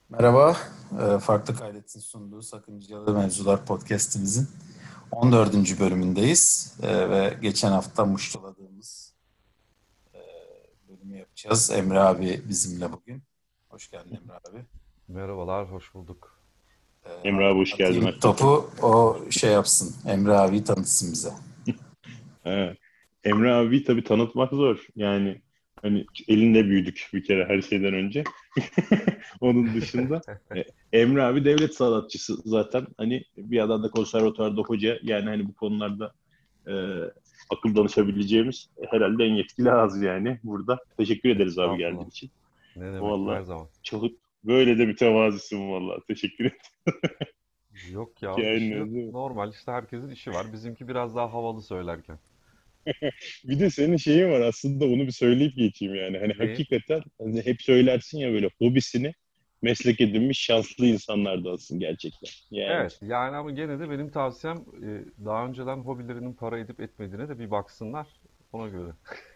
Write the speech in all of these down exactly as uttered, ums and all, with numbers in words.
Merhaba, e, Farklı Kaydet'in sunduğu Sakıncalı Mevzular podcast'imizin on dördüncü bölümündeyiz. E, ve geçen hafta muştuladığımız e, bölümü yapacağız. Emre abi bizimle bugün. Hoş geldin Emre abi. Merhabalar, hoş bulduk. E, Emre at- abi hoş geldin atayım hakikaten. topu, o şey yapsın, Emre abi tanıtsın bize. Ha. Emre abi tabii tanıtmak zor. Yani hani elinde büyüdük bir kere her şeyden önce. Onun dışında e, Emre abi devlet sanatçısı zaten. Hani bir yandan da konservatuvarda hoca. Yani hani bu konularda e, akıl danışabileceğimiz herhalde en yetkili ağız yani burada. Teşekkür ederiz abi geldiğin Estağfurullah. için. Ne demek, her Valla zaman. çok böyle de mütevazisin valla. Teşekkür ederim. Yok ya, işi yok. Yani, Normal işte herkesin işi var. Bizimki biraz daha havalı söylerken. bir de senin şeyin var aslında onu bir söyleyip geçeyim yani. Hani Neyi? hakikaten hani hep söylersin ya böyle hobisini meslek edinmiş şanslı insanlardansın gerçekten. Yani Evet, yani ama gene de benim tavsiyem e, daha önceden hobilerinin para edip etmediğine de bir baksınlar. Ona göre.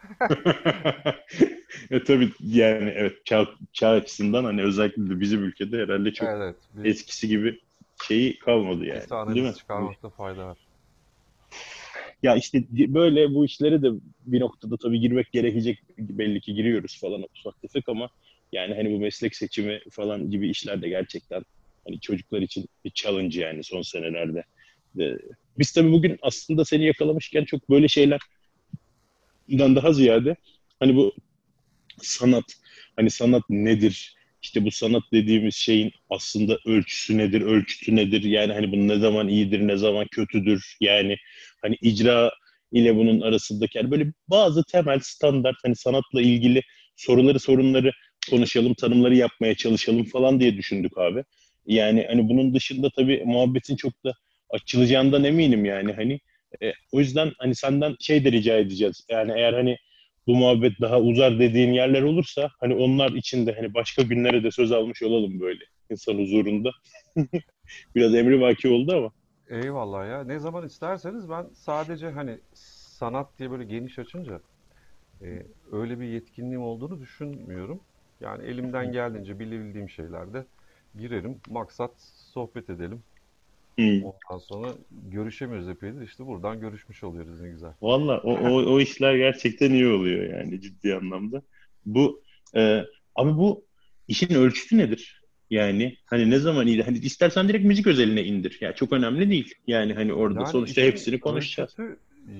e tabii yani evet çağ, çağ açısından hani özellikle de bizim ülkede herhalde çok Evet, evet. Bir eskisi gibi şeyi kalmadı yani. lise Değil analiz mi? Bu iş? çıkarmakta fayda var. Ya işte böyle bu işlere de bir noktada tabii girmek gerekecek, belli ki giriyoruz falan ufak tefek ama yani hani bu meslek seçimi falan gibi işler de gerçekten hani çocuklar için bir challenge yani son senelerde. Ee, Biz tabii bugün aslında seni yakalamışken çok böyle şeylerden daha ziyade hani bu sanat, hani sanat nedir? İşte bu sanat dediğimiz şeyin aslında ölçüsü nedir, ölçütü nedir? Yani hani bu ne zaman iyidir, ne zaman kötüdür? Yani hani icra ile bunun arasındaki yani böyle bazı temel standart hani sanatla ilgili soruları sorunları konuşalım, tanımları yapmaya çalışalım falan diye düşündük abi. Yani hani bunun dışında tabii muhabbetin çok da açılacağından eminim yani hani. E, o yüzden hani senden şey de rica edeceğiz. Yani eğer hani bu muhabbet daha uzar dediğin yerler olursa hani onlar için de hani başka günlere de söz almış olalım böyle insan huzurunda. Biraz emrivaki oldu ama. Eyvallah ya. Ne zaman isterseniz ben sadece hani sanat diye böyle geniş açınca e, öyle bir yetkinliğim olduğunu düşünmüyorum. Yani elimden geldiğince bilebildiğim şeylerde girerim. Maksat sohbet edelim. Hmm. Ondan sonra görüşemiyoruz epeydir. İşte buradan görüşmüş oluyoruz ne güzel. Valla o, o, o işler gerçekten iyi oluyor yani ciddi anlamda. Bu e, abi bu işin ölçütü nedir? Yani hani ne zaman iyi? Hani istersen direkt müzik özeline indir. Yani çok önemli değil. Yani hani orada Yani sonuçta işin hepsini konuşacağız. ölçütü e,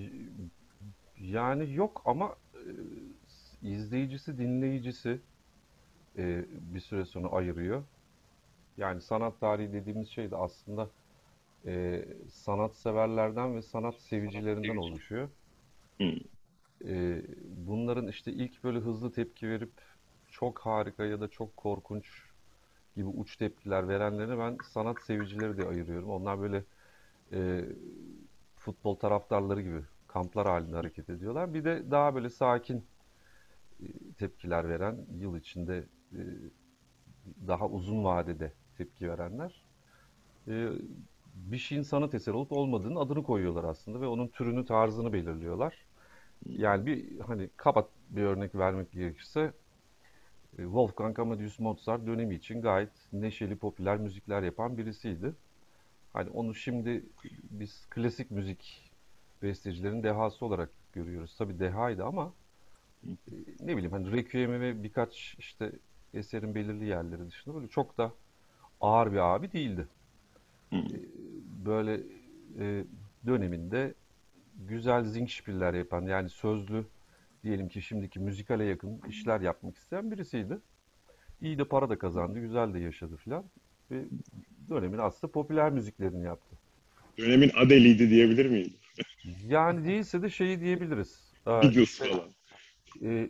yani yok ama e, izleyicisi, dinleyicisi e, bir süre sonra ayırıyor. Yani sanat tarihi dediğimiz şey de aslında e, sanatseverlerden ve sanat sevicilerinden oluşuyor. Hmm. E, bunların işte ilk böyle hızlı tepki verip çok harika ya da çok korkunç gibi uç tepkiler verenlerini ben sanat sevicileri diye ayırıyorum. Onlar böyle e, futbol taraftarları gibi kamplar halinde hareket ediyorlar. Bir de daha böyle sakin e, tepkiler veren, yıl içinde e, daha uzun vadede tepki verenler. E, bir şeyin sanat eseri olup olmadığının adını koyuyorlar aslında ve onun türünü, tarzını belirliyorlar. Yani bir hani kaba bir örnek vermek gerekirse e, Wolfgang Amadeus Mozart dönemi için gayet neşeli, popüler müzikler yapan birisiydi. Hani onu şimdi biz klasik müzik bestecilerin dehası olarak görüyoruz. Tabii dehaydı ama e, ne bileyim hani Requiem'i ve birkaç işte eserin belirli yerleri dışında böyle çok da ağır bir abi değildi. E, Hmm. böyle e, döneminde güzel Singspiel'ler yapan yani sözlü diyelim ki şimdiki müzikale yakın işler yapmak isteyen birisiydi. İyi de para da kazandı, güzel de yaşadı filan. Ve dönemin aslında popüler müziklerini yaptı. Dönemin Adele'iydi diyebilir miyim? Yani değilse de şeyi diyebiliriz. Aa, Beatles işte falan. e,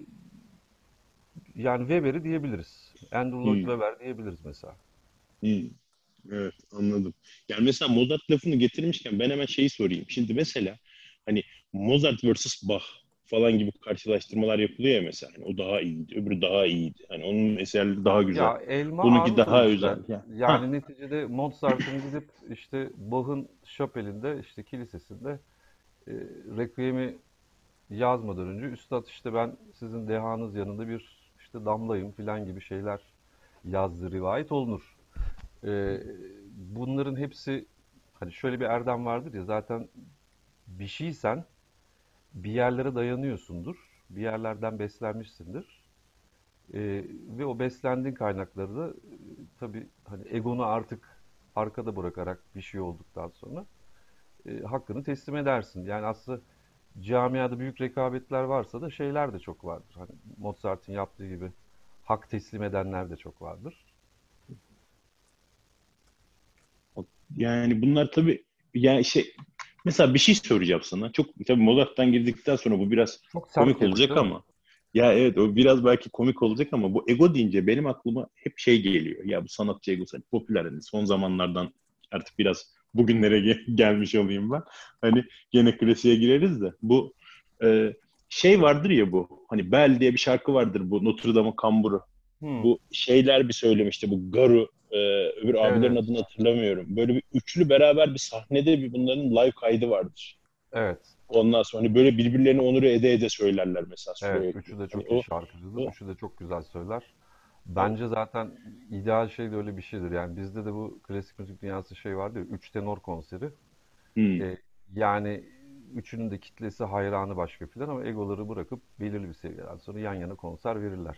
yani Weber'i diyebiliriz. Andrew Lloyd Hmm. Webber diyebiliriz mesela. Hmm. Evet, anladım. Yani mesela Mozart lafını getirmişken ben hemen şeyi sorayım. Şimdi mesela hani Mozart versus Bach falan gibi karşılaştırmalar yapılıyor ya mesela. Hani o daha iyiydi, öbürü daha iyiydi. Hani onun eserleri daha güzel. Ya elma Bununki armut daha özel. ölçüler. Ya. Ha. Yani neticede Mozart'ın gidip işte Bach'ın şapelinde işte kilisesinde e, Requiem'i yazmadan önce Üstad işte ben sizin dehanız yanında bir işte damlayım filan gibi şeyler yazdığı rivayet olunur. Ee, bunların hepsi hani şöyle bir erdem vardır ya zaten bir şeysen bir yerlere dayanıyorsundur. Bir yerlerden beslenmişsindir. Ee, ve o beslendiğin kaynakları da e, tabii hani egonu artık arkada bırakarak bir şey olduktan sonra e, hakkını teslim edersin. Yani aslında camiada büyük rekabetler varsa da şeyler de çok vardır. Hani Mozart'ın yaptığı gibi hak teslim edenler de çok vardır. Yani bunlar tabii, yani şey, mesela bir şey soracağım sana. Çok tabii Mozart'tan girdikten sonra bu biraz Çok sert komik girdik olacak değil mi? ama ya evet, o biraz belki komik olacak ama bu ego deyince benim aklıma hep şey geliyor. Ya bu sanatçı egosu hani popüler, hani son zamanlardan artık biraz bugünlere ge- gelmiş olayım ben. Hani gene klasiğe gireriz de bu e, şey vardır ya, bu hani Bell diye bir şarkı vardır, bu Notre Dame'ın kamburu. Hmm. Bu şeyler bir söylemişti, bu Garu, e, öbür Evet, abilerin evet. adını hatırlamıyorum. Böyle bir üçlü beraber bir sahnede bir bunların live kaydı vardır. Evet. Ondan sonra hani böyle birbirlerini onur ede ede söylerler mesela Evet. sürekli. Üçü de Hani çok iyi o, şarkıcıdır. o, Üçü de çok güzel söyler. o Bence zaten ideal şey de öyle bir şeydir. Yani bizde de bu klasik müzik dünyası şey vardı ya. Üç tenor konseri. hmm. E, yani üçünün de kitlesi hayranı başka filan ama egoları bırakıp belirli bir seviyeden sonra yan yana konser verirler.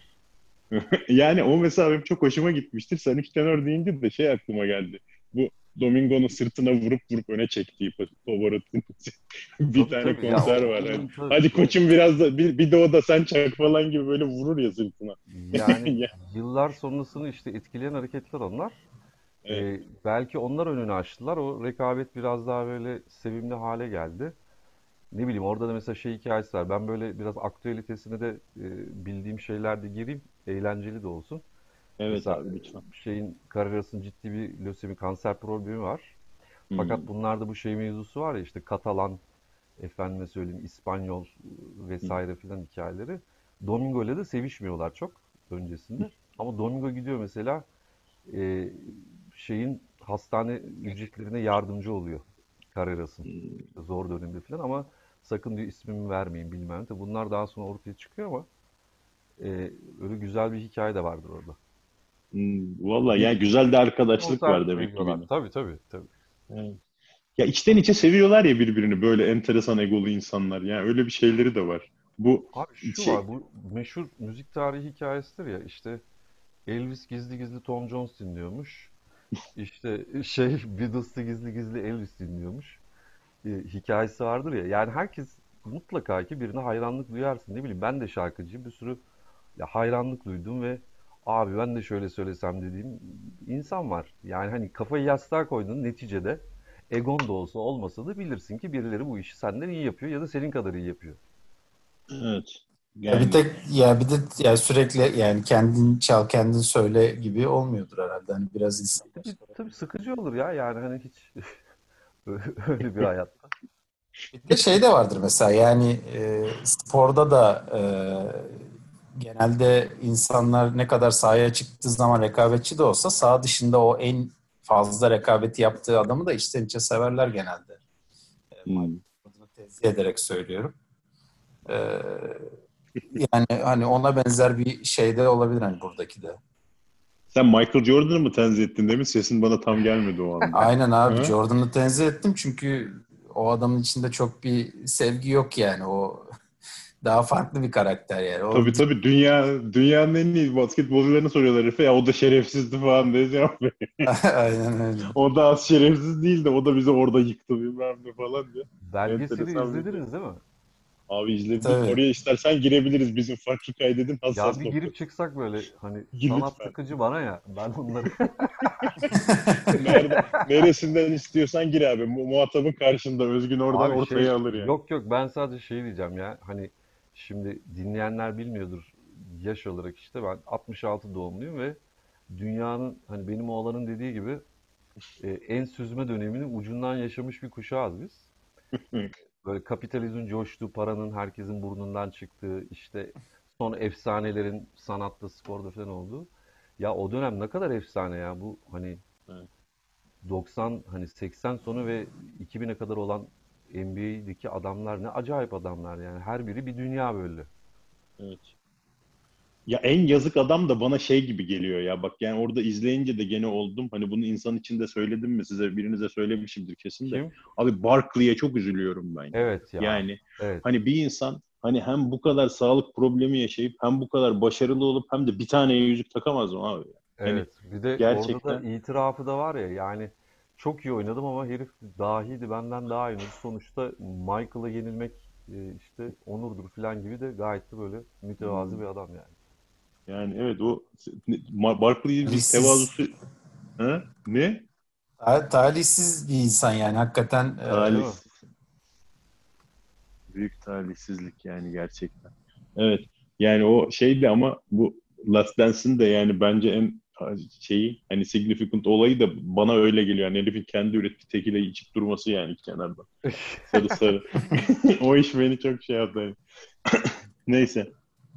Yani o mesela benim çok hoşuma gitmiştir. Sen üç tenör deyince de şey aklıma geldi. Bu Domingo'nun sırtına vurup vurup öne çektiği Pavarotti'nin bir Tabii tane tabii ya konser o, var. Hani, onun tabii hadi o koçum biraz da bir, bir de o da sen çak falan gibi böyle vurur ya sırtına. yani Ya, yıllar sonrasını işte etkileyen hareketler onlar. evet. Ee, belki onlar önünü açtılar. O rekabet biraz daha böyle sevimli hale geldi. Ne bileyim orada da mesela şey hikayesi var. Ben böyle biraz aktüelitesine de e, bildiğim şeyler de gireyim. Eğlenceli de olsun. Evet Mesela abi, lütfen. şeyin Carreras'ın ciddi bir lösemi kanser problemi var. Fakat Hmm. bunlarda bu şey mevzusu var ya işte Katalan, efendime söyleyeyim İspanyol Hmm. vesaire filan hikayeleri. Domingo ile de sevişmiyorlar çok öncesinde. Ama Domingo gidiyor mesela e, şeyin hastane ücretlerine yardımcı oluyor. Carreras'ın. Hmm. İşte zor dönemde falan ama sakın diyor ismimi vermeyin bilmem ne. Tabii bunlar daha sonra ortaya çıkıyor ama e, öyle güzel bir hikaye de vardır orada. Hmm. Valla Bir yani güzel de arkadaşlık konser var demek ki veriyorlar. benim. Tabii tabii tabii. Evet. Ya içten içe seviyorlar ya birbirini, böyle enteresan egolu insanlar. Yani öyle bir şeyleri de var. Bu Abi şu şey. var bu meşhur müzik tarihi hikayesidir ya işte Elvis gizli gizli Tom Jones dinliyormuş. İşte şey Beatles'ı gizli gizli Elvis dinliyormuş. E, hikayesi vardır ya. Yani herkes mutlaka ki birine hayranlık duyarsın. Ne bileyim ben de şarkıcıyım. Bir sürü ya hayranlık duydum ve abi ben de şöyle söylesem dediğim insan var. Yani hani kafayı yastığa koyduğun neticede egon da olsa olmasa da bilirsin ki birileri bu işi senden iyi yapıyor ya da senin kadar iyi yapıyor. Evet. Ya bir Yani tek ya bir de ya sürekli yani kendin çal kendin söyle gibi olmuyordur herhalde. Hani biraz insanlar Tabii, tabii sorabilir. sıkıcı olur ya yani hani hiç öyle bir hayatta. Bir de şey de vardır mesela yani e, sporda da e, genelde insanlar ne kadar sahaya çıktığı zaman rekabetçi de olsa saha dışında o en fazla rekabeti yaptığı adamı da içten içe severler genelde. E, Michael hmm. Jordan'ı tenzih ederek söylüyorum. E, yani hani ona benzer bir şey de olabilir hani buradaki de. Sen Michael Jordan'ı mı tenzih ettin demin? Sesin bana tam gelmedi o anda. Aynen abi Ha? Jordan'ı tenzih ettim çünkü o adamın içinde çok bir sevgi yok yani o daha farklı bir karakter yani. O Tabii tabii, dünya dünyanın en iyi basketbolcularını soruyorlar herife, ya o da şerefsizdi falan diye cevap veriyor. aynen öyle. O da az şerefsiz değil de o da bizi orada yıktı bilmem ne falan diye. Belgeseli Enteresan bir şey. izlediniz değil mi? Abi izledik. Tabii. Oraya istersen girebiliriz. Bizim farklı kaydedin Ya hassas bir girip noktamız. çıksak böyle hani Gir sanat lütfen. sıkıcı bana ya ben onları Nerede, neresinden istiyorsan gir abi. Mu- muhatabın karşında. Özgün oradan abi ortaya şey alır yani. yok yok ben sadece şey diyeceğim ya hani şimdi dinleyenler bilmiyordur yaş olarak işte ben altmış altı doğumluyum ve dünyanın hani benim oğlanın dediği gibi e, en süzme döneminin ucundan yaşamış bir kuşağız biz. Böyle kapitalizmin coştuğu, paranın herkesin burnundan çıktığı, işte son efsanelerin sanatta, sporda falan olduğu. Ya o dönem ne kadar efsane ya bu hani Evet. doksan hani seksen sonu ve iki bine kadar olan N B A'deki adamlar ne acayip adamlar yani. Her biri bir dünya böyle. Evet. Ya en yazık adam da bana şey gibi geliyor ya. Bak yani orada izleyince de gene oldum. Hani bunu insan içinde söyledim mi size? Birinize söylemişimdir kesin de. Kim? Abi Barkley'e çok üzülüyorum ben ya. Evet ya. Yani Evet. hani bir insan hani hem bu kadar sağlık problemi yaşayıp hem bu kadar başarılı olup hem de bir tane yüzük takamaz mı abi? Hani Evet. Bir de orada da gerçekten. itirafı da var ya, yani çok iyi oynadım ama herif dahiydi, benden daha iyi oynadı. Sonuçta Michael'a yenilmek e, işte onurdur falan gibi de gayet de böyle mütevazi Hmm, bir adam yani. Yani evet o Ma- Barkley'in bir Talihsiz, tevazusu. Ha? Ne? ta- talihsiz bir insan yani hakikaten. e, Değil mi? Talihsiz. Büyük talihsizlik yani gerçekten. Evet. Yani o şeydi ama bu Last Dance'in de yani bence en şeyi hani significant olayı da bana öyle geliyor. Yani herifin kendi ürettiği tekile içip durması yani kenardan. Sarı sarı. O iş beni çok şey yaptı. Yani. Neyse.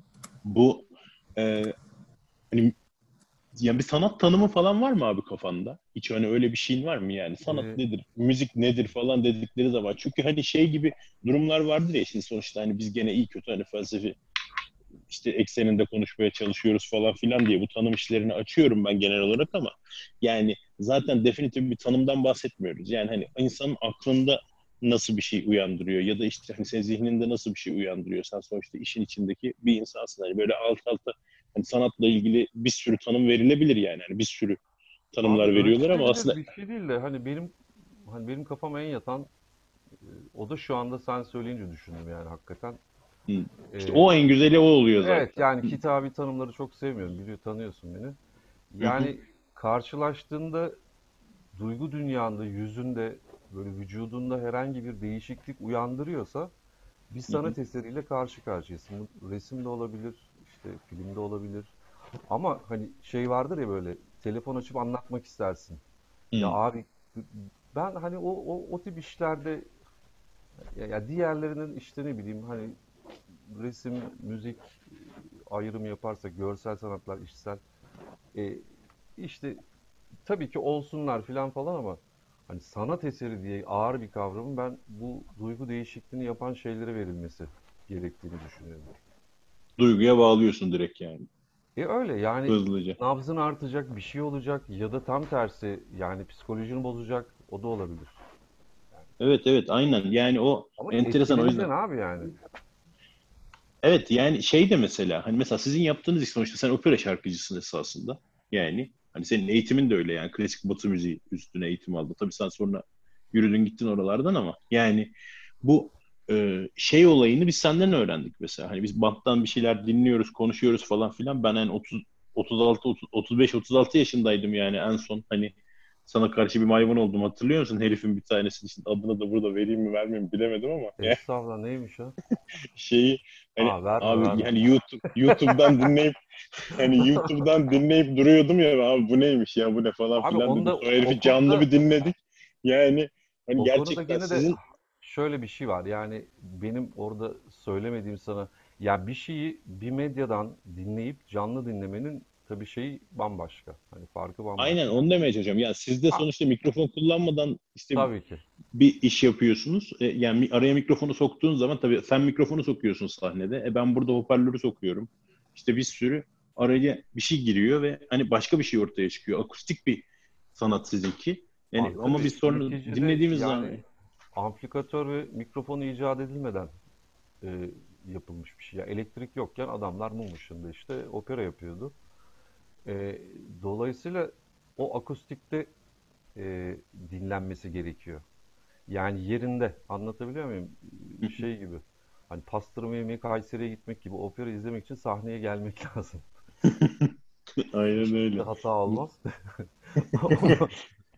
Bu e, hani yani bir sanat tanımı falan var mı abi kafanda? Hiç hani öyle bir şeyin var mı yani? Sanat E, nedir? Müzik nedir falan dedikleri zaman. Çünkü hani şey gibi durumlar vardır ya şimdi sonuçta hani biz gene iyi kötü hani felsefi işte ekseninde konuşmaya çalışıyoruz falan filan diye bu tanım işlerini açıyorum ben genel olarak ama yani zaten definitif bir tanımdan bahsetmiyoruz. Yani hani insanın aklında nasıl bir şey uyandırıyor ya da işte hani senin zihninde nasıl bir şey uyandırıyor. Sen sonuçta işin içindeki bir insansın. Hani böyle alt alta hani sanatla ilgili bir sürü tanım verilebilir yani. Hani bir sürü Abi tanımlar veriyorlar ama ölçülebilir aslında bir şey değil de hani benim hani benim kafama en yatan, o da şu anda sen söyleyince düşündüm yani hakikaten. hı, işte E, o en güzeli o oluyor evet, zaten. yani Hı kitabi tanımları çok sevmiyorum. Biliyor, tanıyorsun beni. hı, hı Yani karşılaştığında duygu dünyanda, yüzünde, böyle vücudunda herhangi bir değişiklik uyandırıyorsa bir hı, sanat eseriyle karşı karşıyasın. Bu resim de olabilir, işte film de olabilir. Ama hani şey vardır ya, böyle telefon açıp anlatmak istersin. Ya hı. abi, ben hani o o, o tip işlerde ya, ya diğerlerinin işte ne bileyim hani resim, müzik ayrımı yaparsak, görsel sanatlar, işsel, e, işte tabii ki olsunlar filan falan ama hani sanat eseri diye ağır bir kavramın ben bu duygu değişikliğini yapan şeylere verilmesi gerektiğini düşünüyorum. Duyguya bağlıyorsun direkt yani. E öyle yani, Hızlıca. nabzın artacak, bir şey olacak ya da tam tersi yani psikolojini bozacak, o da olabilir. Evet evet aynen yani o Ama enteresan o yüzden. etkileneceksin abi yani. Evet yani şey de mesela hani mesela sizin yaptığınız iş sonuçta sen opera şarkıcısın esasında. Yani hani senin eğitimin de öyle yani klasik Batı müziği üstüne eğitim aldın. Tabii sen sonra yürüdün gittin oralardan ama yani bu e, şey olayını biz senden öğrendik mesela. Hani biz banttan bir şeyler dinliyoruz, konuşuyoruz falan filan. Ben yani otuz, otuz altı, otuz beş, otuz altı yaşındaydım yani en son hani sana karşı bir maymun oldum hatırlıyor musun? Herifin bir tanesinin işte adını da burada vereyim mi vermeyeyim mi bilemedim ama Estağfurullah, neymiş o? şeyi hani Aa, verme abi verme. yani YouTube YouTube'dan dinleyip hani YouTube'dan dinleyip duruyordum ya abi bu neymiş ya bu ne falan Abi filan dedim. onda Sonra o herifi canlı konuda bir dinledik. Yani hani O konuda gerçekten gene de sizin şöyle bir şey var. Yani benim orada söylemediğim sana, ya bir şeyi bir medyadan dinleyip canlı dinlemenin tabii şeyi bambaşka. Hani farkı aynen bambaşka. onu demeye çalışıyorum. Yani siz de Ha, sonuçta mikrofon kullanmadan işte tabii ki. bir iş yapıyorsunuz. E, yani mi- araya mikrofonu soktuğun zaman tabii sen mikrofonu sokuyorsun sahnede. E ben burada hoparlörü sokuyorum. İşte bir sürü araya bir şey giriyor ve hani başka bir şey ortaya çıkıyor. Akustik bir sanat sizinki. Yani Abi ama biz tabii sonra neticede dinlediğimiz zaman yani amplifikatör ve mikrofonu icat edilmeden e, yapılmış bir şey. Ya elektrik yokken adamlar mum ışığında işte opera yapıyordu. E, dolayısıyla o akustikte e, dinlenmesi gerekiyor. Yani yerinde, anlatabiliyor muyum? Şey gibi. Hani pastırma yemeye Kayseri'ye gitmek gibi, opera izlemek için sahneye gelmek lazım. aynen Hiçbir öyle. hata Bu- olmaz. Ama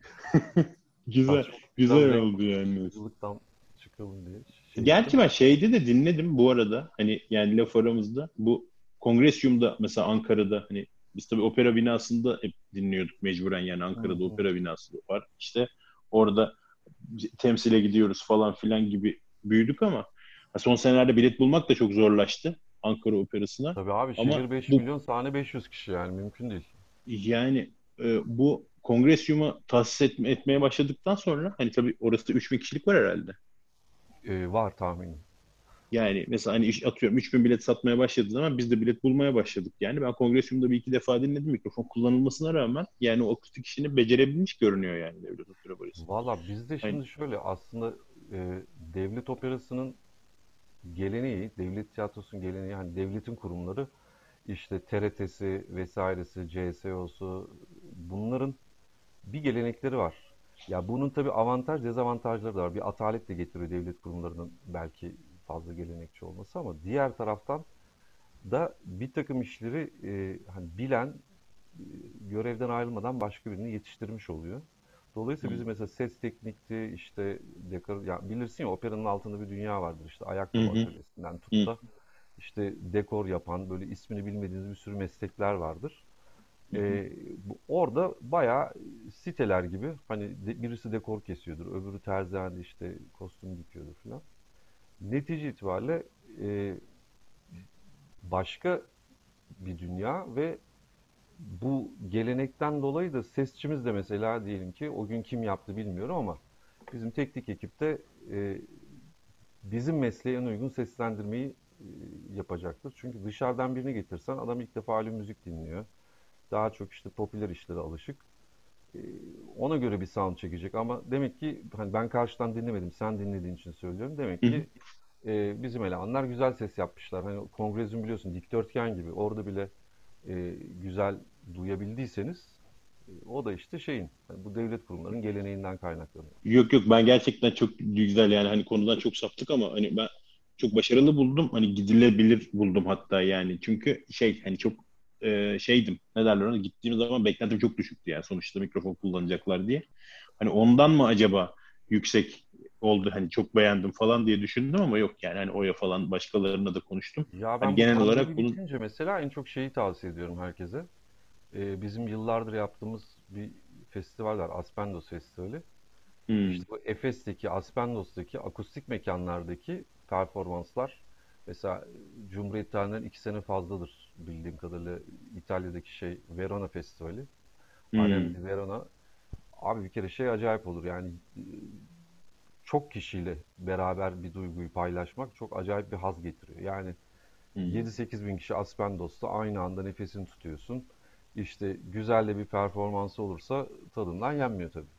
Güzel, saçma biraz güzel oldu yani. renklilikten çıkalım diye şey Gerçi yaptım. ben şeyde de dinledim bu arada. Hani yani laf aramızda. Bu Kongresyum'da mesela Ankara'da hani biz tabii opera binasında hep dinliyorduk mecburen yani Hı Ankara'da hı. opera binası var. İşte orada temsile gidiyoruz falan filan gibi büyüdük ama son senelerde bilet bulmak da çok zorlaştı Ankara Operası'na. Tabii abi, Ama şehir beş bu milyon, sahne beş yüz kişi, yani mümkün değil. yani e, bu Kongresyum'u tahsis etme- etmeye başladıktan sonra hani tabii orası da üç bin kişilik var herhalde. Ee, var tahminim. Yani mesela hani iş- atıyorum üç bin bilet satmaya başladığı zaman biz de bilet bulmaya başladık. Yani ben kongresyumda bir iki defa dinledim mikrofon kullanılmasına rağmen yani o akustik işini becerebilmiş görünüyor yani Devlet Opera Balesi. Valla bizde Hani şimdi şöyle aslında e, devlet operasının geleneği, devlet tiyatrosunun geleneği, hani devletin kurumları işte T R T'si vesairesi, C S O'su bunların bir gelenekleri var. Ya bunun tabii avantaj dezavantajları da var. Bir atalet de getiriyor devlet kurumlarının belki fazla gelenekçi olması ama diğer taraftan da bir takım işleri e, hani bilen e, görevden ayrılmadan başka birini yetiştirmiş oluyor. Dolayısıyla bizim mesela ses teknikti, işte dekor, ya bilirsin ya operanın altında bir dünya vardır. İşte hı ayakkabı hı atölyesinden tut hı da işte dekor yapan böyle ismini bilmediğiniz bir sürü meslekler vardır. hı hı. Ee, bu, orada bayağı siteler gibi hani de- birisi dekor kesiyordur, öbürü terzane işte kostüm dikiyordur falan. Netice itibariyle e, başka bir dünya ve bu gelenekten dolayı da sesçimiz de mesela diyelim ki o gün kim yaptı bilmiyorum ama bizim teknik ekipte e, bizim mesleğe en uygun seslendirmeyi e, yapacaktır. Çünkü dışarıdan birini getirsen adam ilk defa halin müzik dinliyor. Daha çok işte popüler işlere alışık. E, ona göre bir sound çekecek ama demek ki hani ben karşıdan dinlemedim, sen dinlediğin için söylüyorum. Demek Hı hı. ki e, bizim elemanlar güzel ses yapmışlar. Hani Kongrezyum biliyorsun dikdörtgen gibi. Orada bile e, güzel duyabildiyseniz e, o da işte şeyin hani bu devlet kurumlarının geleneğinden kaynaklanıyor. Yok yok, ben gerçekten çok güzel yani hani konudan çok saptık ama hani ben çok başarılı buldum. Hani gidilebilir buldum hatta yani. Çünkü şey hani çok e, şeydim. Ne derler ona? Gittiğim zaman beklentim çok düşüktü yani. Sonuçta mikrofon kullanacaklar diye. Hani ondan mı acaba yüksek oldu, hani çok beğendim falan diye düşündüm ama yok yani hani Oya falan başkalarına da konuştum. Ya Hani ben bu genel olarak pandemi bunun. bitince mesela en çok şeyi tavsiye ediyorum herkese. E, bizim yıllardır yaptığımız bir festival var, Aspendos Festivali. Hmm, İşte bu Efes'teki, Aspendos'taki akustik mekanlardaki performanslar mesela Cumhuriyet tarihinden iki sene fazladır bildiğim kadarıyla İtalya'daki şey Verona Festivali. Arena hmm, di Verona. Abi bir kere şey acayip olur yani e, çok kişiyle beraber bir duyguyu paylaşmak çok acayip bir haz getiriyor. Yani hmm. yedi sekiz bin kişi Aspendos'ta aynı anda nefesini tutuyorsun. İşte güzel de bir performansı olursa tadından yenmiyor tabii.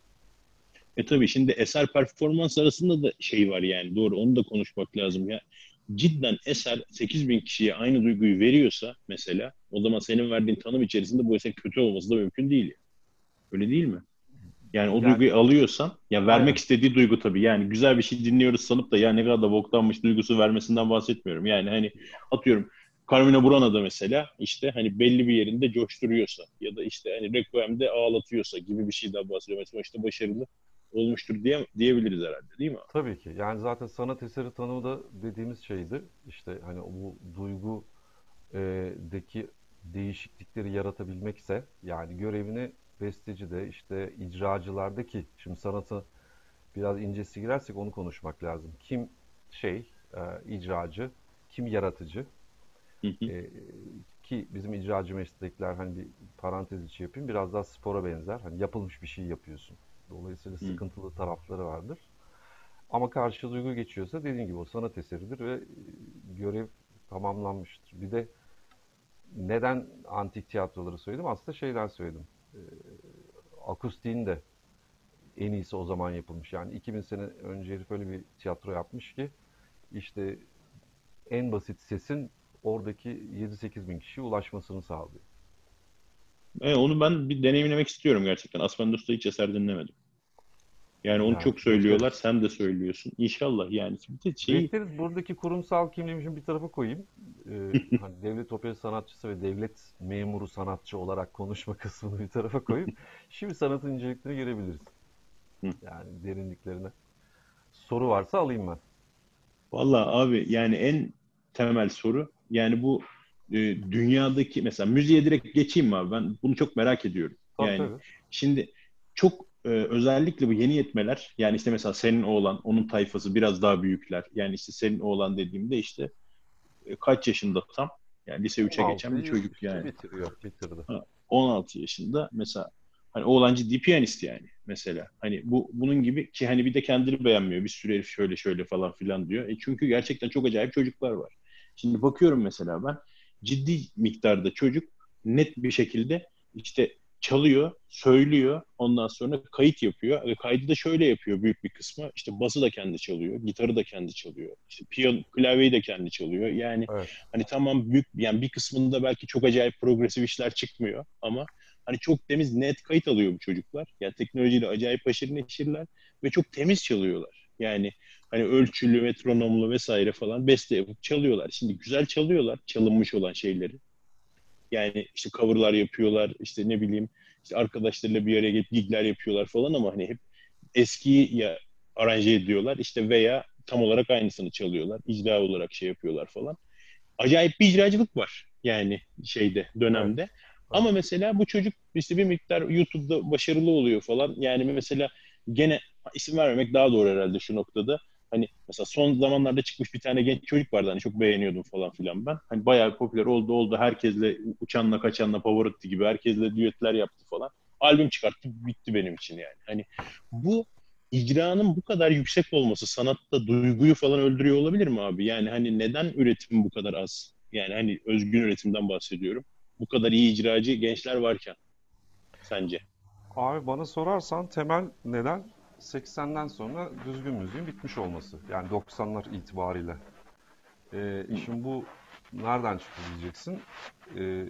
E tabii şimdi eser performans arasında da şey var yani, doğru, onu da konuşmak lazım ya. Cidden eser sekiz bin kişiye aynı duyguyu veriyorsa mesela o zaman senin verdiğin tanım içerisinde bu eserin kötü olması da mümkün değil. Öyle değil mi? Yani o Yani duyguyu alıyorsan ya, vermek aynen. istediği duygu tabii. Yani güzel bir şey dinliyoruz sanıp da ya ne kadar da boktanmış duygusu vermesinden bahsetmiyorum. Yani hani atıyorum Carmina Burana'da mesela işte hani belli bir yerinde coşturuyorsa ya da işte hani Requiem'de ağlatıyorsa gibi bir şeyden bahsediyorum. Mesela işte başarılı olmuştur diye diyebiliriz herhalde, değil mi? Tabii ki. Yani zaten sanat eseri tanımı da dediğimiz şeydi. İşte hani bu duygu e, deki değişiklikleri yaratabilmekse yani görevini besteci de işte icracılardaki şimdi sanatı biraz incesi girersek onu konuşmak lazım. Kim şey e, icracı, kim yaratıcı Hı hı, e, ki bizim icracı meslekler hani bir parantez içi yapayım biraz daha spora benzer. Hani yapılmış bir şey yapıyorsun. Dolayısıyla hı. sıkıntılı tarafları vardır. Ama karşı duygu geçiyorsa dediğin gibi o sanat eseridir ve e, görev tamamlanmıştır. Bir de neden antik tiyatroları söyledim? Aslında şeyden söyledim. E, akustiğin de en iyisi o zaman yapılmış. Yani iki bin sene önce herif öyle bir tiyatro yapmış ki işte en basit sesin oradaki yedi sekiz bin kişiye ulaşmasını sağlıyor. E, onu ben bir deneyimlemek istiyorum gerçekten. Aspendos'ta hiç eser dinlemedim. Yani onu Yani çok söylüyorlar, bekleriz. sen de söylüyorsun. İnşallah yani. Bir de şeyi. Bekleriz. Buradaki kurumsal kimliğimi bir tarafa koyayım. Ee, hani devlet opera sanatçısı ve devlet memuru sanatçı olarak konuşma kısmını bir tarafa koyup şimdi sanatın inceliklerini görebiliriz. Yani derinliklerine. Soru varsa alayım ben. Vallahi abi yani en temel soru yani bu e, dünyadaki mesela müziğe direkt geçeyim mi abi, ben bunu çok merak ediyorum. Tabii Yani tabii. şimdi çok e, özellikle bu yeni yetmeler yani işte mesela senin oğlan onun tayfası biraz daha büyükler. Yani işte senin oğlan dediğimde işte e, kaç yaşında tam, yani lise üçe geçen bir on altıyı çocuk işte yani. bitiriyor, bitirdi. Ha, on altı yaşında mesela, hani oğlan ciddi piyanist yani. mesela. Hani bu bunun gibi ki hani bir de kendini beğenmiyor. Bir sürü herif şöyle şöyle falan filan diyor. E çünkü gerçekten çok acayip çocuklar var. Şimdi bakıyorum mesela ben ciddi miktarda çocuk net bir şekilde işte çalıyor, söylüyor, ondan sonra kayıt yapıyor. Ve kaydı da şöyle yapıyor büyük bir kısmı. İşte bası da kendi çalıyor, gitarı da kendi çalıyor. İşte piyano, klavyeyi de kendi çalıyor. Yani Evet. hani tamam büyük yani bir kısmında belki çok acayip progresif işler çıkmıyor ama hani çok temiz net kayıt alıyor bu çocuklar. Yani teknolojiyle acayip haşır neşirler ve çok temiz çalıyorlar. Yani hani ölçülü, metronomlu vesaire falan beste yapıp çalıyorlar. Şimdi güzel çalıyorlar çalınmış olan şeyleri. Yani işte coverlar yapıyorlar, işte ne bileyim işte arkadaşlarıyla bir araya gelip gigler yapıyorlar falan ama hani hep eskiyi ya aranje ediyorlar işte veya tam olarak aynısını çalıyorlar. İcra olarak şey yapıyorlar falan. Acayip bir icracılık var yani şeyde Evet. dönemde. Evet. Ama mesela bu çocuk işte bir miktar YouTube'da başarılı oluyor falan. Yani mesela gene isim vermemek daha doğru herhalde şu noktada. Hani mesela son zamanlarda çıkmış bir tane genç çocuk vardı hani çok beğeniyordum falan filan ben. Hani bayağı popüler oldu oldu. Herkesle uçanla kaçanla Pavarotti gibi herkesle düetler yaptı falan. Albüm çıkarttı bitti benim için yani. Hani bu icranın bu kadar yüksek olması sanatta duyguyu falan öldürüyor olabilir mi abi? Yani hani neden üretim bu kadar az? Yani hani özgün üretimden bahsediyorum. Bu kadar iyi icracı gençler varken sence? Abi bana sorarsan temel neden seksenden sonra düzgün müziğin bitmiş olması. Yani doksanlar itibariyle. Ee, işin bu nereden çıktı diyeceksin. Ee,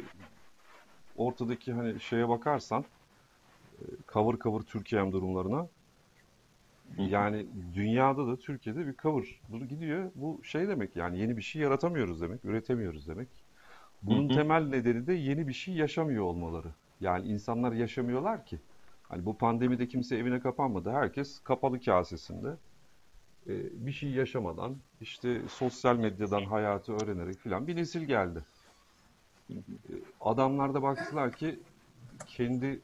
ortadaki hani şeye bakarsan cover cover Türkiye'm durumlarına Hı hı, yani dünyada da Türkiye'de bir cover dur gidiyor. Bu şey demek yani yeni bir şey yaratamıyoruz demek, üretemiyoruz demek. hı Bunun hı, temel nedeni de yeni bir şey yaşamıyor olmaları. Yani insanlar yaşamıyorlar ki. Hani bu pandemide kimse evine kapanmadı. Herkes kapalı kasesinde. Ee, bir şey yaşamadan işte sosyal medyadan hayatı öğrenerek filan bir nesil geldi. hı hı. Adamlar da baktılar ki kendi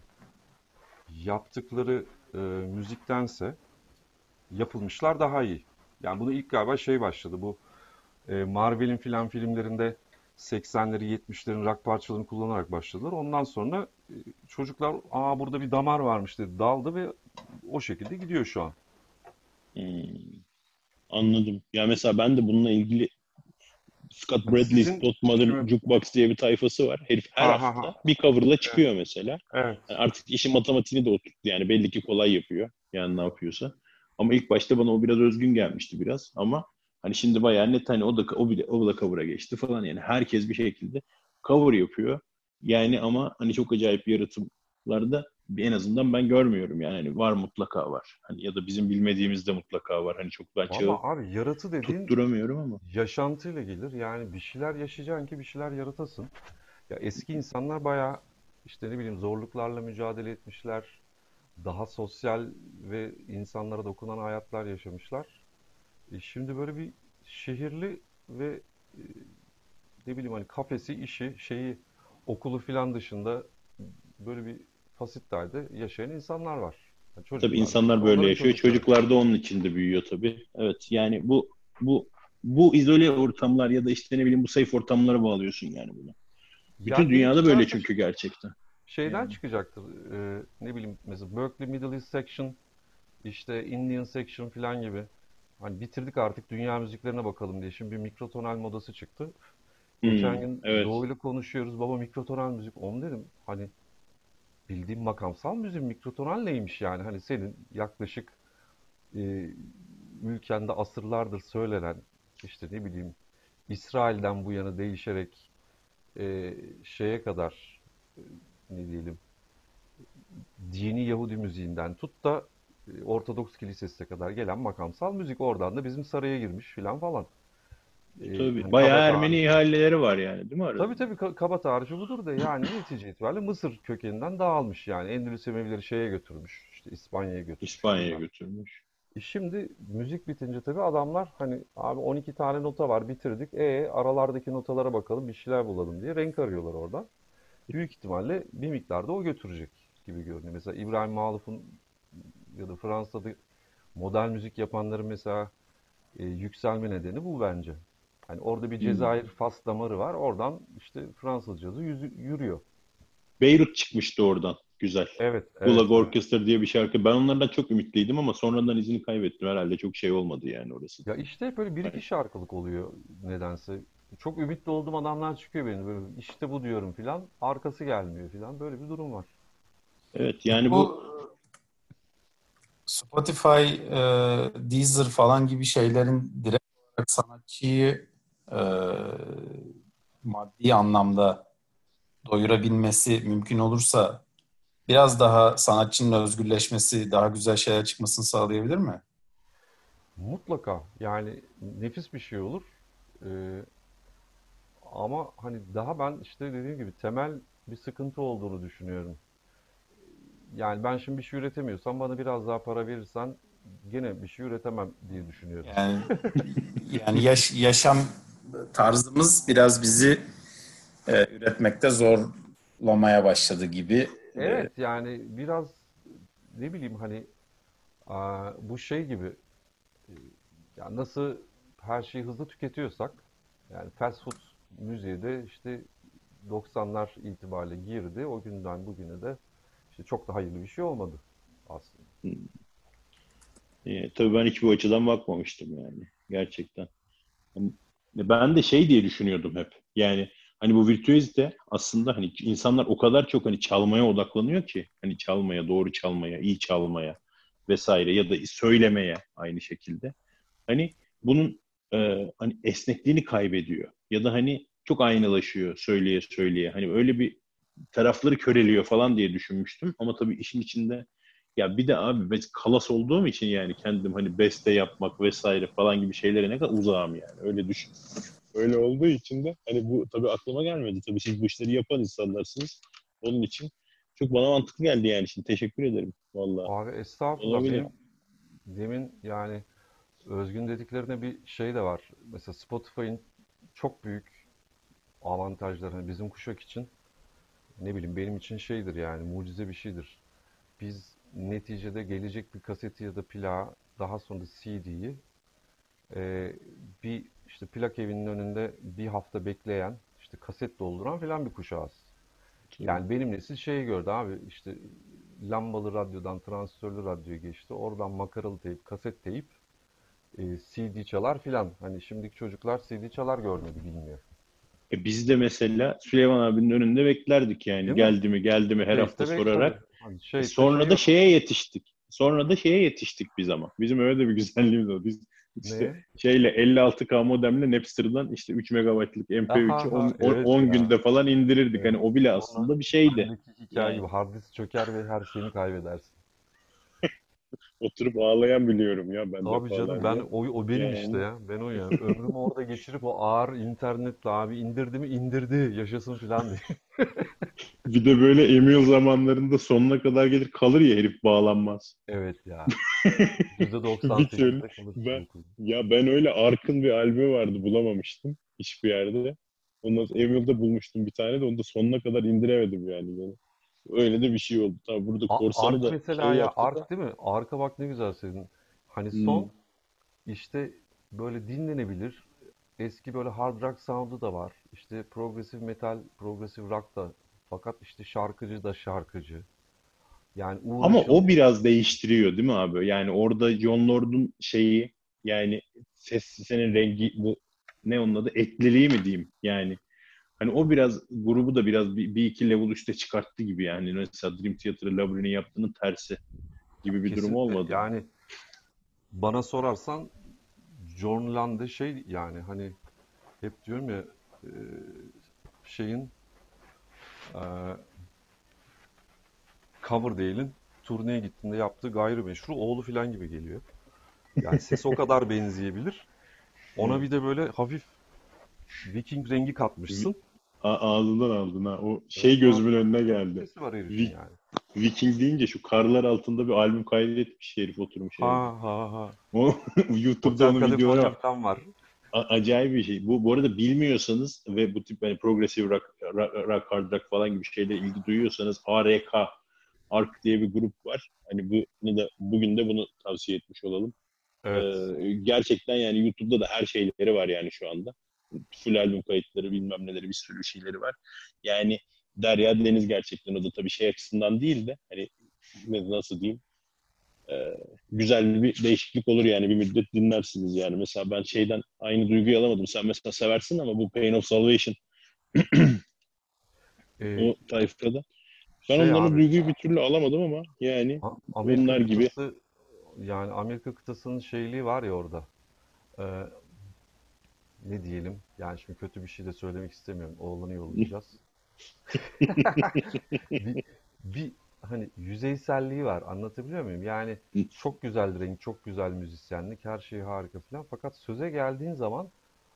yaptıkları e, müziktense yapılmışlar daha iyi. Yani bunu ilk galiba şey başladı. Bu e, Marvel'in filan filmlerinde seksenleri yetmişlerin rock parçalarını kullanarak başladılar. Ondan sonra e, çocuklar aa burada bir damar varmış dedi. Daldı ve o şekilde gidiyor şu an. Hmm, anladım. Ya mesela ben de bununla ilgili Scott Hani Bradley's sizin Postmodern şimdi Jukebox diye bir tayfası var. Herif her ha ha ha hafta bir coverla evet, çıkıyor mesela. evet. Yani artık işin matematiğini de oturttu. Yani belli ki kolay yapıyor. Yani ne yapıyorsa. Ama ilk başta bana o biraz özgün gelmişti biraz. Ama hani şimdi bayağı net hani o da o bile o da cover'a geçti falan yani. Herkes bir şekilde cover yapıyor. Yani ama hani çok acayip yaratımlarda en azından ben görmüyorum yani. Hani var mutlaka var. Hani ya da bizim bilmediğimiz de mutlaka var. Hani çok ben çağı Valla abi yaratı dediğin tutturamıyorum ama. yaşantıyla gelir. Yani bir şeyler yaşayacaksın ki bir şeyler yaratasın. Ya eski insanlar bayağı işte ne bileyim zorluklarla mücadele etmişler. Daha sosyal ve insanlara dokunan hayatlar yaşamışlar. E şimdi böyle bir şehirli ve e, ne bileyim hani kafesi, işi, şeyi, okulu filan dışında böyle bir fasitlerde yaşayan insanlar var. Yani Tabii çocuklar da işte insanlar böyle onların yaşıyor. çocukları. Çocuklar da onun içinde büyüyor tabii. Evet yani bu bu bu izole ortamlar ya da işte ne bileyim bu safe ortamlara bağlıyorsun yani bunu. Bütün Yani dünyada benimki böyle biraz da çünkü gerçekten. şeyden Yani. çıkacaktır. E, ne bileyim mesela Berkeley Middle East Section, işte Indian Section filan gibi. Hani bitirdik artık dünya müziklerine bakalım diye. Şimdi bir mikrotonal modası çıktı. Geçen Hmm, gün evet. Doğu'yla konuşuyoruz. Baba mikrotonal müzik. Onu dedim. Hani bildiğim makamsal müzik mikrotonal neymiş yani? Hani senin yaklaşık e, ülkende asırlardır söylenen işte ne bileyim İsrail'den bu yana değişerek e, şeye kadar e, ne diyelim dini Yahudi müziğinden tut da e, Ortodoks kilisesine kadar gelen makamsal müzik oradan da bizim saraya girmiş filan falan. E, Tabii. hani kaba Bayağı Ermeni tarifi. ihaleleri var yani değil mi Tabii aralarında? tabii ka- kaba tarifi budur da yani netice itibariyle Mısır kökeninden dağılmış yani. Endülüs Emevileri şeye götürmüş, işte İspanya'ya götürmüş İspanya'ya bilmem. götürmüş. E şimdi müzik bitince tabii adamlar hani abi on iki tane nota var bitirdik. E aralardaki notalara bakalım bir şeyler bulalım diye renk arıyorlar oradan. Büyük ihtimalle bir miktarda o götürecek gibi görünüyor. Mesela İbrahim Maluf'un ya da Fransa'da modern müzik yapanların mesela e, yükselme nedeni bu bence. Hani orada bir Hmm. Cezayir Fas damarı var. Oradan işte Fransız cazı yüzü- yürüyor. Beyrut çıkmıştı oradan. Güzel. Evet, evet, Gulag evet. Orchestra diye bir şarkı. Ben onlardan çok ümitliydim ama sonradan izini kaybettim. Herhalde çok şey olmadı yani orası da. Ya işte hep böyle bir iki Hani, şarkılık oluyor nedense. Çok ümitli olduğum adamlar çıkıyor benim. Böyle işte bu diyorum filan. Arkası gelmiyor filan. Böyle bir durum var. evet Peki yani bu bu Spotify, e, Deezer falan gibi şeylerin direkt olarak sanatçıyı e, maddi anlamda doyurabilmesi mümkün olursa biraz daha sanatçının özgürleşmesi, daha güzel şeyler çıkmasını sağlayabilir mi? Mutlaka yani nefis bir şey olur. Ee, ama hani daha ben işte dediğim gibi temel bir sıkıntı olduğunu düşünüyorum. Yani ben şimdi bir şey üretemiyorsam bana biraz daha para verirsen gene bir şey üretemem diye düşünüyorum. Yani yani yaş- yaşam tarzımız biraz bizi e, üretmekte zorlamaya başladı gibi. E, Evet yani biraz ne bileyim hani aa, bu şey gibi ya nasıl her şeyi hızlı tüketiyorsak yani fast food müziği de işte doksanlar itibariyle girdi. O günden bugüne de işte çok da hayırlı bir şey olmadı aslında. e, tabii ben hiç bu açıdan bakmamıştım yani. Gerçekten. Hani ben de şey diye düşünüyordum hep. Yani hani bu virtüözite aslında hani insanlar o kadar çok hani çalmaya odaklanıyor ki hani çalmaya, doğru çalmaya, iyi çalmaya vesaire ya da söylemeye aynı şekilde. Hani bunun e, hani esnekliğini kaybediyor ya da hani çok aynalaşıyor söyleye söyleye. Hani öyle bir tarafları köreliyor falan diye düşünmüştüm ama tabii işin içinde ya bir de abi ben kalas olduğum için yani kendim hani beste yapmak vesaire falan gibi şeylere ne kadar uzağım yani öyle düşün. Öyle olduğu için de hani bu tabii aklıma gelmedi. Tabii siz bu işleri yapan insanlarsınız. Onun için çok bana mantıklı geldi yani. Şimdi teşekkür ederim. Valla Abi estağfurullah olabilir. benim demin yani Özgün dediklerine bir şey de var. Mesela Spotify'ın çok büyük avantajları hani bizim kuşak için ne bileyim benim için şeydir yani mucize bir şeydir. Biz neticede gelecek bir kaseti ya da plağı daha sonra C D'yi e, bir işte plak evinin önünde bir hafta bekleyen işte kaset dolduran filan bir kuşağız. Tabii. Yani benim nesil şeyi gördü abi işte lambalı radyodan transistörlü radyoya geçti. Oradan makaralı teyp, kaset teyp, e, C D çalar filan. Hani şimdiki çocuklar C D çalar görmedi bilmiyor. E biz de mesela Süleyman abinin önünde beklerdik yani. Değil mi? Geldi mi geldi mi her hafta Face'te beş tabii. sorarak. Hani E şeyde şey sonra da yok. şeye yetiştik. Sonra da şeye yetiştik biz ama. Bizim öyle de bir güzelliğimiz var. Biz işte Ne? şeyle elli altı K modemle Napster'dan işte üç megabaytlık M P üçü Aha ha evet on ya. günde falan indirirdik. Evet. Hani o bile Sonra aslında bir şeydi. bendeki hikaye gibi Yani hard disk çöker ve her şeyini kaybedersin. oturup ağlayan biliyorum ya ben Tabii canım ben defalarca. o, o benim işte Yani ya. Ben o ya. Ömrümü orada geçirip o ağır internetle abi indirdi mi indirdi yaşasın filan diye. bir de böyle Emil zamanlarında sonuna kadar gelir kalır ya herif bağlanmaz. Evet ya. Bir türlü. yüzde doksan sekizde kalırsın Ben, dokuzda. ya ben öyle Ark'ın bir albümü vardı bulamamıştım hiçbir yerde. Ondan sonra Evil'de bulmuştum bir tane de onu da sonuna kadar indiremedim yani. Yani öyle de bir şey oldu. Tabii burada A- korsanı Ark da şey mesela ya yaptık da. Ark değil mi? Ark'a bak ne güzel söyledin. Hani Hmm. son işte böyle dinlenebilir. Eski böyle hard rock sound'u da var. İşte progressive metal, progressive rock da. Fakat işte şarkıcı da şarkıcı. Yani Ama uğraşılmış. o biraz değiştiriyor değil mi abi? Yani orada Jon Lord'un şeyi yani ses senin rengi bu ne onun adı ekliliği mi diyeyim yani. Hani o biraz grubu da biraz bir, bir iki level üste çıkarttı gibi yani. Mesela Dream Theater'ı Labrie'nin yaptığının tersi gibi bir durum Kesinlikle olmadı mı? yani bana sorarsan John Lande şey yani hani hep diyorum ya e, şeyin e, Coverdale'in turneye gittiğinde yaptığı gayrimeşru oğlu falan gibi geliyor. Yani ses o kadar benzeyebilir. Ona Evet. bir de böyle hafif Viking rengi Vi- katmışsın. A- ağzından aldın ha. O şey Evet abi gözümün önüne çok geldi. sesi var herifin Vi- yani. Viking deyince şu karlar altında bir albüm kaydetmiş herif oturmuş Ha evde. ha ha. O YouTube'da Hotel onun videoları California var. falan var. A- acayip bir şey. Bu, bu arada bilmiyorsanız ve bu tip hani progressive rock, rock, rock, hard rock falan gibi şeylere ilgi duyuyorsanız A R K, Ark diye bir grup var. Hani bunu da bugün de bunu tavsiye etmiş olalım. Evet. Ee, gerçekten yani YouTube'da da her şeyleri var yani şu anda. Full albüm kayıtları bilmem neleri bir sürü şeyleri var. Yani derya deniz gerçekten. O da tabii şey açısından değil de hani nasıl diyeyim, e, güzel bir değişiklik olur yani, bir müddet dinlersiniz yani. Mesela ben şeyden aynı duyguyu alamadım. Sen mesela seversin ama bu Pain of Salvation Ee, o tayfada. Ben şey onların abi, duyguyu bir türlü alamadım ama yani A- Amerika onlar gibi. kıtası, yani Amerika kıtasının şeyliği var ya orada. Ee, ne diyelim? Yani şimdi kötü bir şey de söylemek istemiyorum. Oğlanı yollayacağız. Bir, bir hani yüzeyselliği var. Anlatabiliyor muyum? Yani çok güzel renk, çok güzel müzisyenlik, her şey harika falan. Fakat söze geldiğin zaman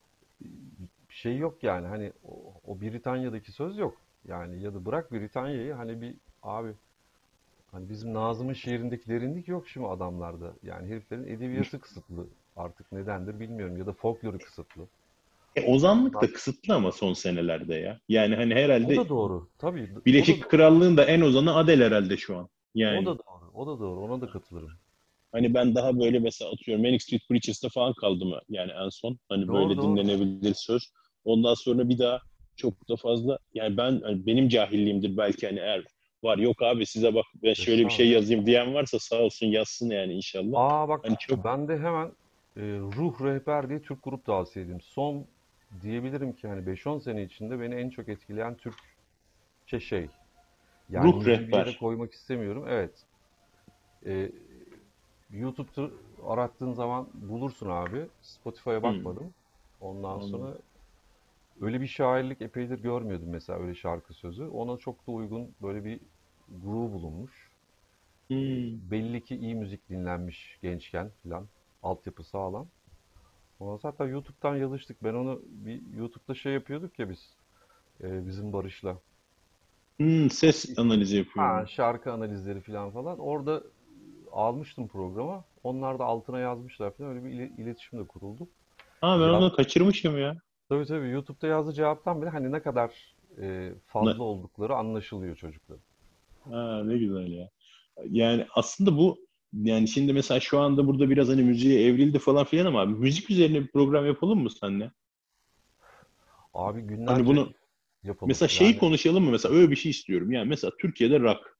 bir şey yok yani. Hani o, o Britanya'daki söz yok. Yani ya da bırak Britanya'yı, hani bir abi, hani bizim Nazım'ın şiirindeki derinlik yok şimdi adamlarda. Yani heriflerin edebiyatı kısıtlı. Artık nedendir bilmiyorum, ya da folkloru kısıtlı. E, ozanlık Onlar, da kısıtlı ama son senelerde ya. Yani hani o herhalde da doğru. Tabii o da Birleşik doğru. Krallığın da en ozanı Adele herhalde şu an. O Yani da doğru. O da doğru. Ona da katılırım. hani ben daha böyle mesela atıyorum Manic Street Preachers'ta falan kaldım yani en son. Hani Doğru böyle doğru. dinlenebilir söz. Ondan sonra bir daha çok da fazla yani ben hani benim cahilliğimdir belki, hani eğer var yok abi size bak ben şöyle bir şey Estağfurullah. yazayım diyen varsa sağ olsun yazsın yani inşallah. Aa bak, Hani çok ben de hemen e, Ruh Rehber diye Türk grup tavsiye edeyim. Son diyebilirim ki hani beş on sene içinde beni en çok etkileyen Türkçe şey. Yani ruh müziği bir yere rehber. koymak istemiyorum. Evet. E, YouTube'da arattığın zaman bulursun abi. Spotify'a Hmm, bakmadım. Ondan anladım. sonra öyle bir şairlik epeydir görmüyordum mesela, öyle şarkı sözü. Ona çok da uygun böyle bir groove bulunmuş. E, Hmm. belli ki iyi müzik dinlenmiş gençken filan. Altyapı sağlam. Ondan sonra hatta YouTube'dan yazıştık. Ben onu bir YouTube'da şey yapıyorduk ya biz. e, bizim Barış'la. Hmm, Çok ses işte analizi ha yapıyorum. şarkı analizleri falan falan. Orada almıştım programa. Onlar da altına yazmışlar falan. Öyle bir ile- iletişim de kuruldu. Ha ben Ya onu kaçırmışım ya. tabii tabii, YouTube'da yazdığı cevaptan bile hani ne kadar e, Ne? fazla oldukları anlaşılıyor çocukların. Ha, ne güzel ya. Yani aslında bu, yani şimdi mesela şu anda burada biraz hani müziğe evrildi falan filan ama müzik üzerine bir program yapalım mı seninle? Abi Hani günlerce bunu yapalım. mesela şeyi Yani konuşalım mı? Mesela öyle bir şey istiyorum. Yani mesela Türkiye'de rock.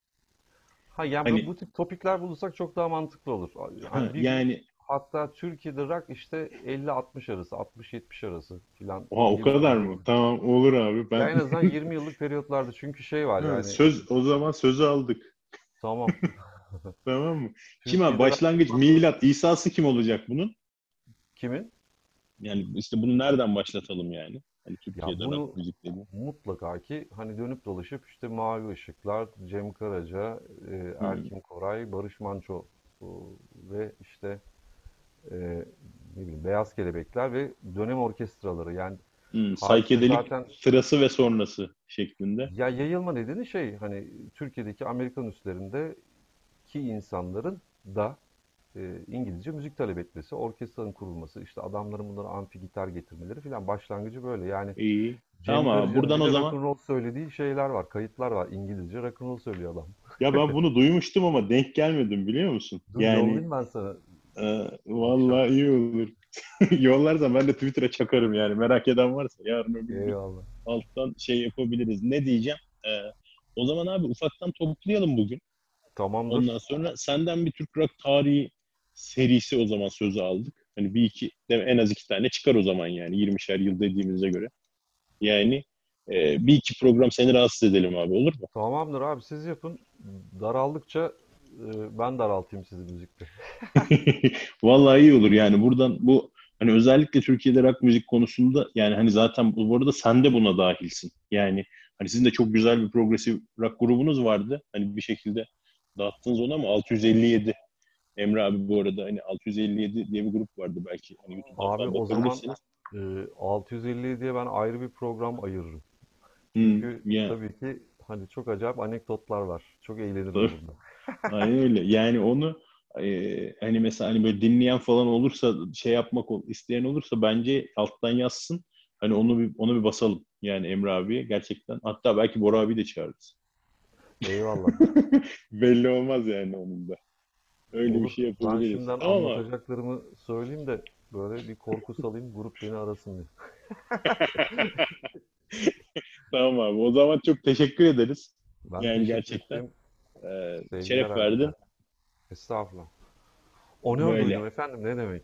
ha yani bu, Hani bu tip topikler bulursak çok daha mantıklı olur. ha, Hani bir gün yani hatta Türkiye'de rock işte elli altmış arası, altmış yetmiş arası filan oha, o kadar mı? diyebilirim. Tamam olur abi. Ya Ben en azından yirmi yıllık periyotlarda, çünkü şey var ha, yani, söz o zaman sözü aldık. tamam. Tamam mı? Kim abi Türkiye'de rock başlangıç yapılan milat İsa'sı kim olacak bunun? kimin? Yani işte bunu nereden başlatalım yani? Hani Ya Türkiye'de rock bunu müzik dediğin. mutlaka ki hani dönüp dolaşıp işte Mavi Işıklar, Cem Karaca, e, Hmm. Erkin Koray, Barış Manço e, ve işte e, ne bileyim Beyaz Kelebekler ve dönem orkestraları, yani Hmm, haricinde saykedelik zaten. sırası ve sonrası şeklinde. Ya yayılma nedeni şey, hani Türkiye'deki Amerikan üslerindeki insanların da e, İngilizce müzik talep etmesi, orkestranın kurulması, işte adamların bunlara amfi gitar getirmeleri filan, başlangıcı böyle. Yani İyi. Cem Tamam abi. Karaca'nın Buradan o bile zaman rock'n'roll söylediği şeyler var, kayıtlar var. İngilizce rock'n'roll söylüyor adam. ya ben bunu duymuştum ama denk gelmedim biliyor musun? Dur Yani yollayayım ben sana e, akşam. vallahi iyi olur. Yollarsan ben de Twitter'a çakarım yani. Merak eden varsa yarın öbür gün Eyvallah. alttan şey yapabiliriz. Ne diyeceğim? E, o zaman abi ufaktan toplayalım bugün. Ondan Tamamdır. sonra senden bir Türk rock tarihi serisi o zaman sözü aldık. Hani bir iki değil mi? En az iki tane çıkar o zaman yani yirmişer yıl dediğimize göre. Yani e, bir iki program seni rahatsız edelim abi, olur mu? Tamamdır abi, siz yapın. Daraldıkça e, ben daraltayım sizi müzikte. Vallahi iyi olur yani buradan bu hani özellikle Türkiye'de rock müzik konusunda yani hani zaten bu bu arada sen de buna dahilsin. Yani hani sizin de çok güzel bir progresif rock grubunuz vardı. Hani bir şekilde dağıttınız onu ama altı yüz elli yedi Emre abi bu arada hani altı yüz elli yedi diye bir grup vardı, belki hani YouTube'dan Abi falan o zaman bakabilirsiniz. e, altı yüz elli diye ben ayrı bir program ayırırım. Hmm, Çünkü ya tabii ki hani çok acayip anekdotlar var. Çok eğlenirim burada. aynen öyle. Yani onu e, hani mesela hani böyle dinleyen falan olursa şey yapmak ol- isteyen olursa bence alttan yazsın. Hani onu bir onu bir basalım. Yani Emre abiye gerçekten. Hatta belki Bora abi de çağırırız. Eyvallah. Belli olmaz yani onun da. Öyle bir Olur. şey Ben yapabiliriz. şimdiden Tamam abi. anlatacaklarımı söyleyeyim de böyle bir korku salayım, grup beni arasın diye. Tamam abi. O zaman çok teşekkür ederiz. Ben Yani teşekkür gerçekten ettim. e, Sevgiler şeref verdin. herkese. Estağfurullah. Onur Böyle. duydum efendim, ne demek?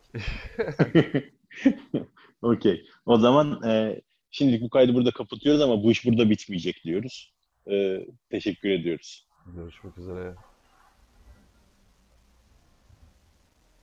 Okey. O zaman e, şimdilik bu kaydı burada kapatıyoruz ama bu iş burada bitmeyecek diyoruz. E, teşekkür ediyoruz. Görüşmek üzere.